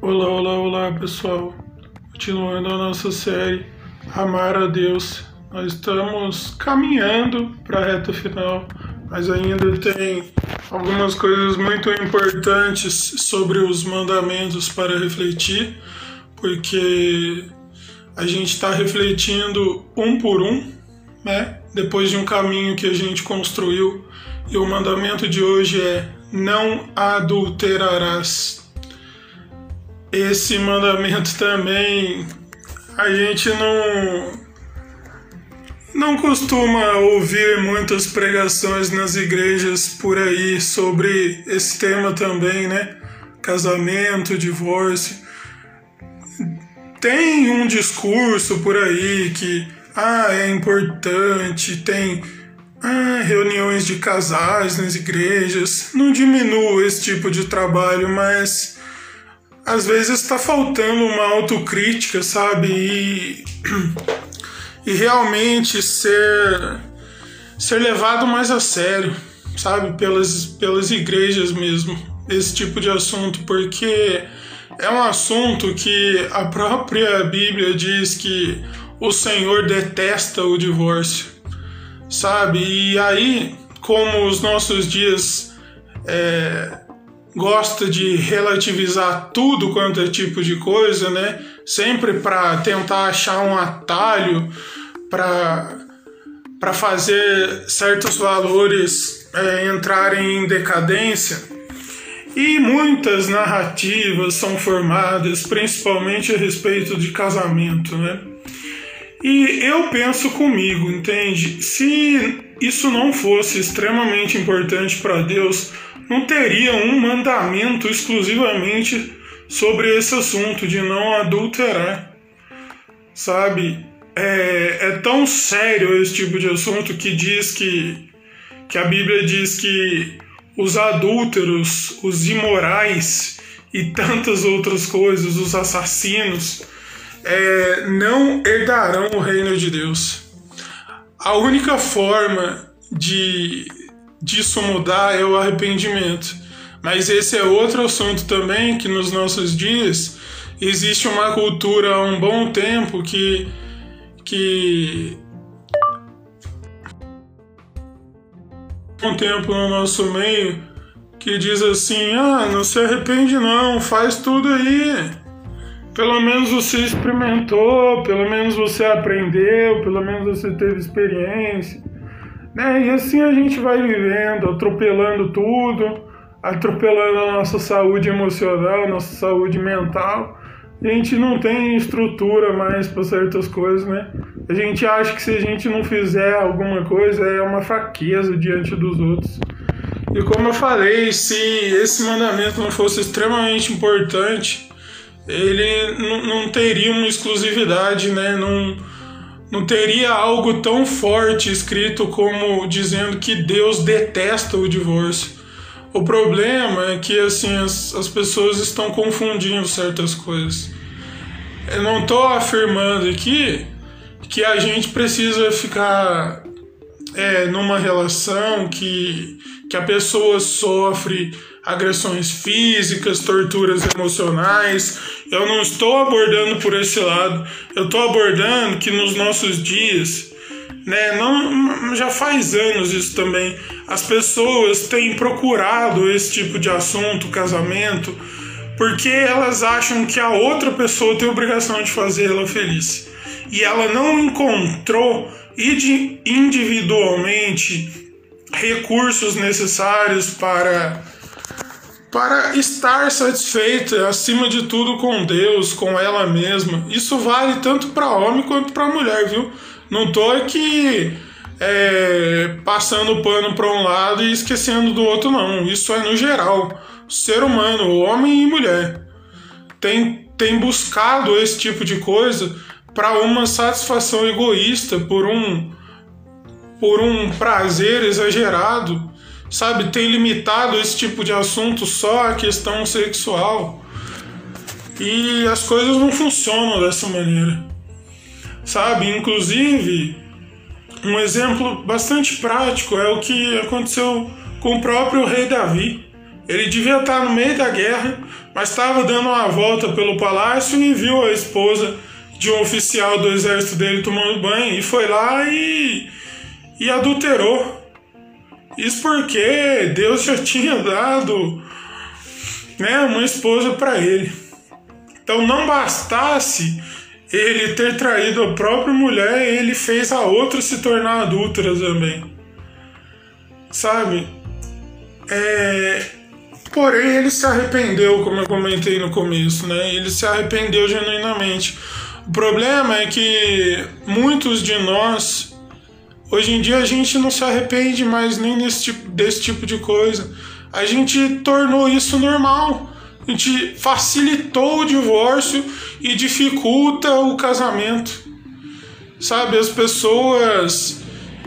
Olá, olá, olá, pessoal. Continuando a nossa série Amar a Deus. Nós estamos caminhando para a reta final, mas ainda tem algumas coisas muito importantes sobre os mandamentos para refletir, porque a gente está refletindo um por um, né? Depois de um caminho que a gente construiu. E o mandamento de hoje é: não adulterarás. Esse mandamento também a gente não costuma ouvir muitas pregações nas igrejas por aí sobre esse tema também, né? Casamento, divórcio. Tem um discurso por aí que é importante, tem reuniões de casais nas igrejas. Não diminuo esse tipo de trabalho, mas às vezes está faltando uma autocrítica, sabe? E realmente ser levado mais a sério, sabe? Pelas igrejas mesmo, esse tipo de assunto, porque é um assunto que a própria Bíblia diz que o Senhor detesta o divórcio, sabe? E aí, como os nossos dias gosta de relativizar tudo quanto é tipo de coisa, né? Sempre para tentar achar um atalho para fazer certos valores entrarem em decadência. E muitas narrativas são formadas principalmente a respeito de casamento, né? E eu penso comigo, entende? Se isso não fosse extremamente importante para Deus, não teria um mandamento exclusivamente sobre esse assunto de não adulterar, sabe? É tão sério esse tipo de assunto que diz que a Bíblia diz que os adúlteros, os imorais e tantas outras coisas, os assassinos, não herdarão o reino de Deus. A única forma disso mudar é o arrependimento. Mas esse é outro assunto também, que nos nossos dias existe uma cultura há um bom tempo que um tempo no nosso meio que diz assim: não se arrepende não, faz tudo aí. Pelo menos você experimentou, pelo menos você aprendeu, pelo menos você teve experiência, né? E assim a gente vai vivendo, atropelando tudo, atropelando a nossa saúde emocional, nossa saúde mental. A gente não tem estrutura mais para certas coisas, né? A gente acha que se a gente não fizer alguma coisa é uma fraqueza diante dos outros. E como eu falei, se esse mandamento não fosse extremamente importante, ele não teria uma exclusividade, né? Não teria algo tão forte escrito como dizendo que Deus detesta o divórcio. O problema é que assim, as pessoas estão confundindo certas coisas. Eu não estou afirmando aqui que a gente precisa ficar numa relação que a pessoa sofre agressões físicas, torturas emocionais. Eu não estou abordando por esse lado. Eu estou abordando que nos nossos dias, né, já faz anos isso também, as pessoas têm procurado esse tipo de assunto, casamento, porque elas acham que a outra pessoa tem a obrigação de fazer ela feliz. E ela não encontrou individualmente recursos necessários para estar satisfeita, acima de tudo, com Deus, com ela mesma. Isso vale tanto para homem quanto para mulher, viu? Não tô aqui passando pano para um lado e esquecendo do outro, não. Isso é no geral. O ser humano, homem e mulher, tem buscado esse tipo de coisa para uma satisfação egoísta, por um prazer exagerado, sabe? Tem limitado esse tipo de assunto só à questão sexual. E as coisas não funcionam dessa maneira, sabe? Inclusive, um exemplo bastante prático é o que aconteceu com o próprio rei Davi. Ele devia estar no meio da guerra, mas estava dando uma volta pelo palácio e viu a esposa de um oficial do exército dele tomando banho e foi lá e adulterou. Isso porque Deus já tinha dado, né, uma esposa para ele. Então não bastasse ele ter traído a própria mulher, ele fez a outra se tornar adúltera também. Sabe? Porém, ele se arrependeu, como eu comentei no começo, né? Ele se arrependeu genuinamente. O problema é que muitos de nós, hoje em dia, a gente não se arrepende mais nem desse tipo de coisa. A gente tornou isso normal. A gente facilitou o divórcio e dificulta o casamento. Sabe, as pessoas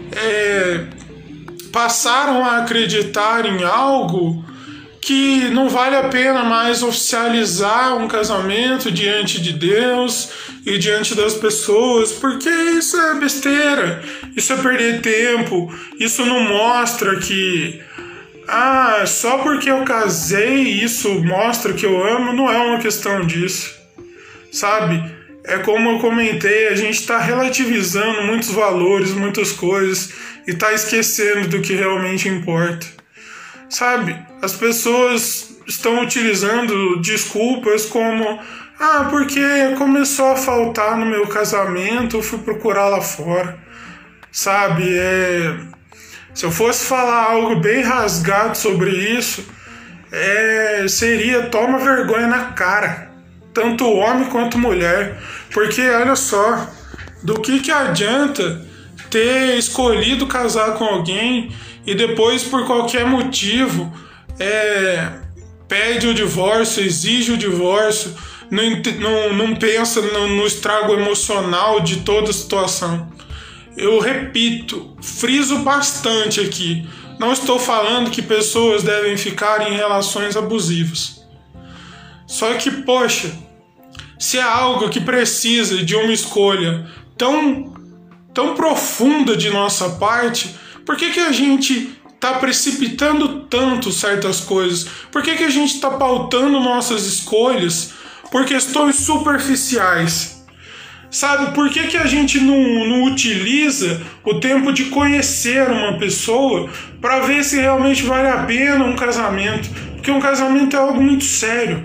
passaram a acreditar em algo que não vale a pena mais oficializar um casamento diante de Deus e diante das pessoas, porque isso é besteira, isso é perder tempo, isso não mostra que só porque eu casei isso mostra que eu amo. Não é uma questão disso, sabe? É como eu comentei, a gente está relativizando muitos valores, muitas coisas e está esquecendo do que realmente importa, sabe? As pessoas estão utilizando desculpas como porque começou a faltar no meu casamento, eu fui procurar lá fora, sabe? Se eu fosse falar algo bem rasgado sobre isso, seria toma vergonha na cara, tanto homem quanto mulher, porque olha só, do que adianta ter escolhido casar com alguém e depois por qualquer motivo pede o divórcio, exige o divórcio, não pensa no estrago emocional de toda a situação. Eu repito, friso bastante aqui, não estou falando que pessoas devem ficar em relações abusivas. Só que, poxa, se é algo que precisa de uma escolha tão profunda de nossa parte, por que a gente está precipitando tanto certas coisas? Por que a gente está pautando nossas escolhas por questões superficiais? Sabe, por que a gente não utiliza o tempo de conhecer uma pessoa para ver se realmente vale a pena um casamento? Porque um casamento é algo muito sério.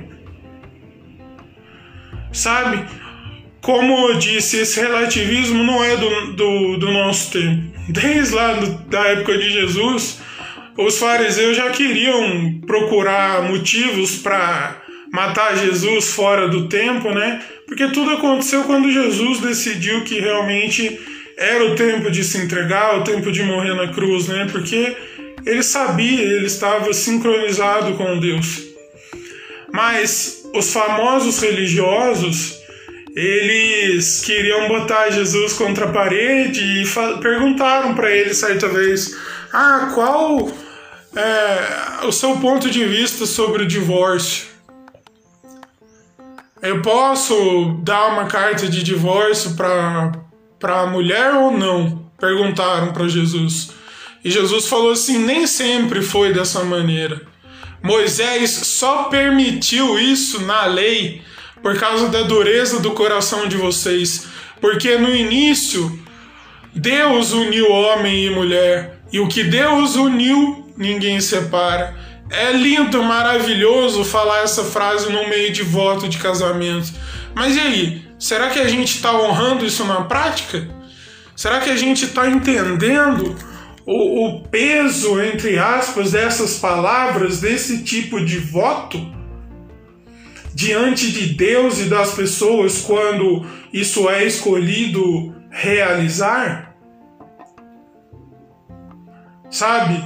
Sabe? Como eu disse, esse relativismo não é do nosso tempo. Desde lá da época de Jesus, os fariseus já queriam procurar motivos para matar Jesus fora do tempo, né? Porque tudo aconteceu quando Jesus decidiu que realmente era o tempo de se entregar, o tempo de morrer na cruz, né? Porque ele sabia, ele estava sincronizado com Deus. Mas os famosos religiosos, eles queriam botar Jesus contra a parede e perguntaram para ele certa vez: qual é o seu ponto de vista sobre o divórcio? Eu posso dar uma carta de divórcio para a mulher ou não? Perguntaram para Jesus. E Jesus falou assim: nem sempre foi dessa maneira. Moisés só permitiu isso na lei por causa da dureza do coração de vocês. Porque no início, Deus uniu homem e mulher. E o que Deus uniu, ninguém separa. É lindo, maravilhoso falar essa frase no meio de voto de casamento. Mas e aí? Será que a gente está honrando isso na prática? Será que a gente está entendendo o peso, entre aspas, dessas palavras, desse tipo de voto diante de Deus e das pessoas quando isso é escolhido realizar? Sabe?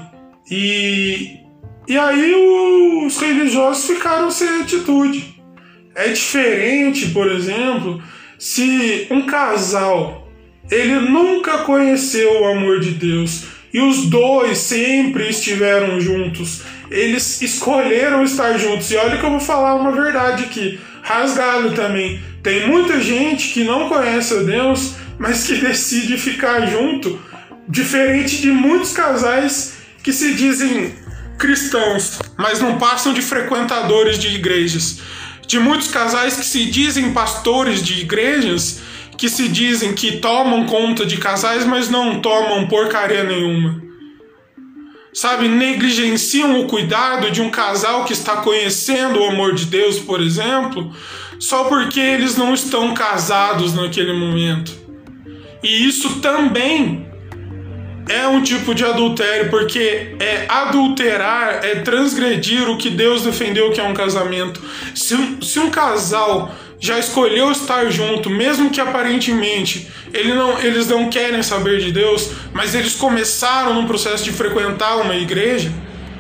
E aí os religiosos ficaram sem atitude. É diferente, por exemplo, se um casal ele nunca conheceu o amor de Deus e os dois sempre estiveram juntos, eles escolheram estar juntos. E olha que eu vou falar uma verdade aqui, rasgado também. Tem muita gente que não conhece a Deus, mas que decide ficar junto, diferente de muitos casais que se dizem cristãos, mas não passam de frequentadores de igrejas. De muitos casais que se dizem pastores de igrejas, que se dizem que tomam conta de casais, mas não tomam porcaria nenhuma. Sabe, negligenciam o cuidado de um casal que está conhecendo o amor de Deus, por exemplo, só porque eles não estão casados naquele momento. E isso também é um tipo de adultério, porque adulterar é transgredir o que Deus defendeu que é um casamento. Se um casal já escolheu estar junto, mesmo que aparentemente eles não querem saber de Deus, mas eles começaram no processo de frequentar uma igreja,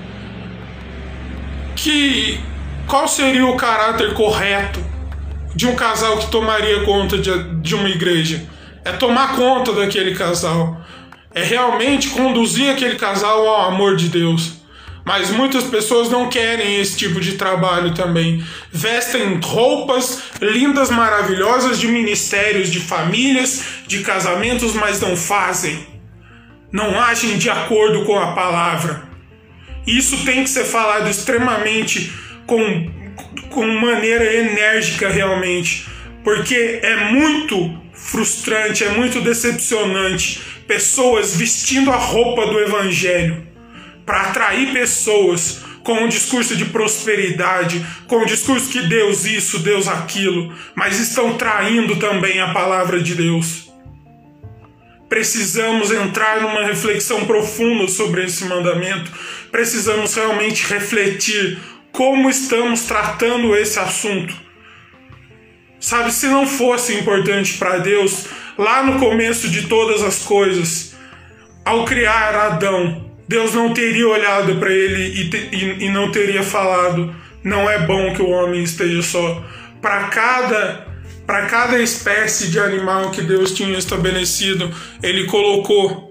qual seria o caráter correto de um casal que tomaria conta de uma igreja? É tomar conta daquele casal, é realmente conduzir aquele casal ao amor de Deus. Mas muitas pessoas não querem esse tipo de trabalho também. Vestem roupas lindas, maravilhosas de ministérios, de famílias, de casamentos, mas não fazem. Não agem de acordo com a palavra. Isso tem que ser falado extremamente com maneira enérgica realmente. Porque é muito frustrante, é muito decepcionante pessoas vestindo a roupa do evangelho para atrair pessoas com um discurso de prosperidade, com um discurso que Deus isso, Deus aquilo, mas estão traindo também a palavra de Deus. Precisamos entrar numa reflexão profunda sobre esse mandamento. Precisamos realmente refletir como estamos tratando esse assunto. Sabe, se não fosse importante para Deus, lá no começo de todas as coisas, ao criar Adão, Deus não teria olhado para ele e não teria falado: não é bom que o homem esteja só. Para cada espécie de animal que Deus tinha estabelecido, ele colocou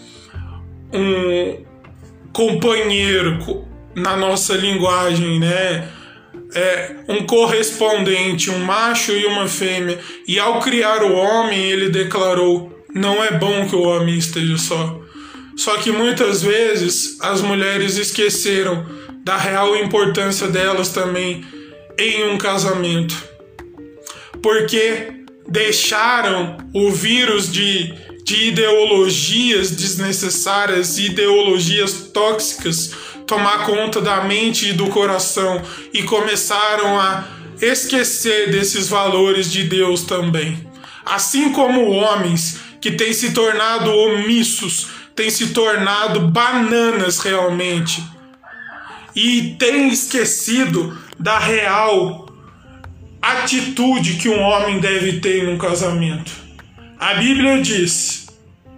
um companheiro, na nossa linguagem, né? Um correspondente, um macho e uma fêmea. E ao criar o homem, ele declarou: não é bom que o homem esteja só. Só que muitas vezes as mulheres esqueceram da real importância delas também em um casamento, porque deixaram o vírus de ideologias desnecessárias, ideologias tóxicas tomar conta da mente e do coração e começaram a esquecer desses valores de Deus também. Assim como homens que têm se tornado omissos, têm se tornado bananas realmente e têm esquecido da real atitude que um homem deve ter em um casamento. A Bíblia diz: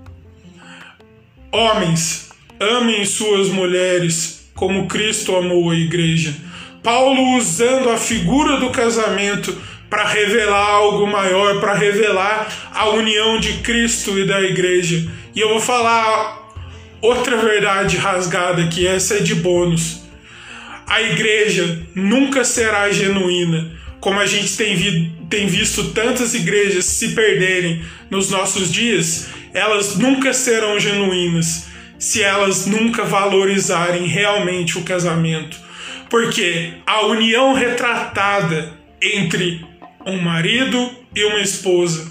homens, amem suas mulheres como Cristo amou a igreja. Paulo usando a figura do casamento para revelar algo maior, para revelar a união de Cristo e da igreja. E eu vou falar outra verdade rasgada, que essa é de bônus. A igreja nunca será genuína, como a gente tem visto tantas igrejas se perderem nos nossos dias. Elas nunca serão genuínas se elas nunca valorizarem realmente o casamento. Porque a união retratada entre um marido e uma esposa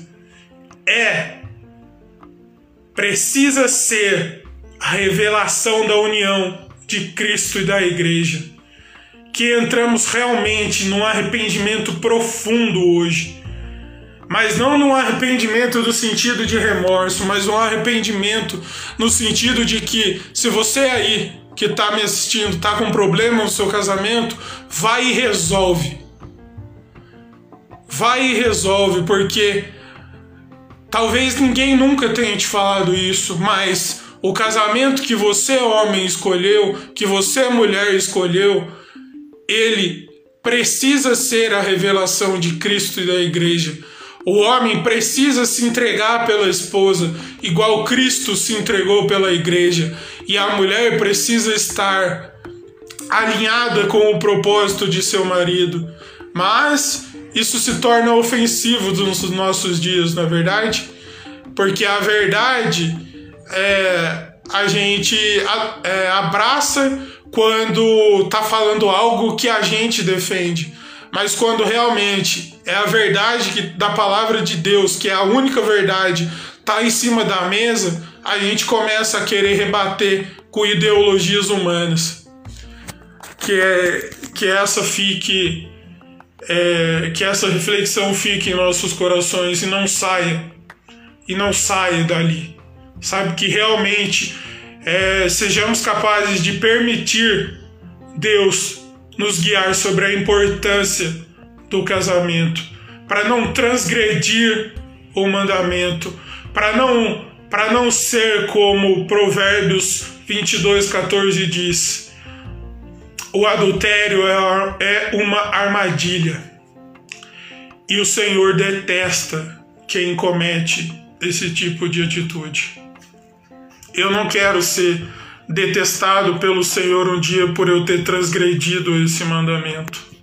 precisa ser a revelação da união de Cristo e da igreja. Que entramos realmente num arrependimento profundo hoje. Mas não num arrependimento do sentido de remorso, mas um arrependimento no sentido de que, se você aí que está me assistindo está com problema no seu casamento, vai e resolve. Vai e resolve, porque talvez ninguém nunca tenha te falado isso, mas o casamento que você, homem, escolheu, que você, mulher, escolheu, ele precisa ser a revelação de Cristo e da igreja. O homem precisa se entregar pela esposa, igual Cristo se entregou pela igreja. E a mulher precisa estar alinhada com o propósito de seu marido. Mas isso se torna ofensivo nos nossos dias, não é verdade? Porque a verdade a gente abraça quando está falando algo que a gente defende, mas quando realmente é a verdade da palavra de Deus, que é a única verdade, está em cima da mesa, a gente começa a querer rebater com ideologias humanas. Que essa reflexão fique em nossos corações e não saia dali, sabe? Que realmente sejamos capazes de permitir Deus nos guiar sobre a importância do casamento, para não transgredir o mandamento, para não ser como Provérbios 22:14 diz: o adultério é uma armadilha e o Senhor detesta quem comete esse tipo de atitude. Eu não quero ser detestado pelo Senhor um dia por eu ter transgredido esse mandamento.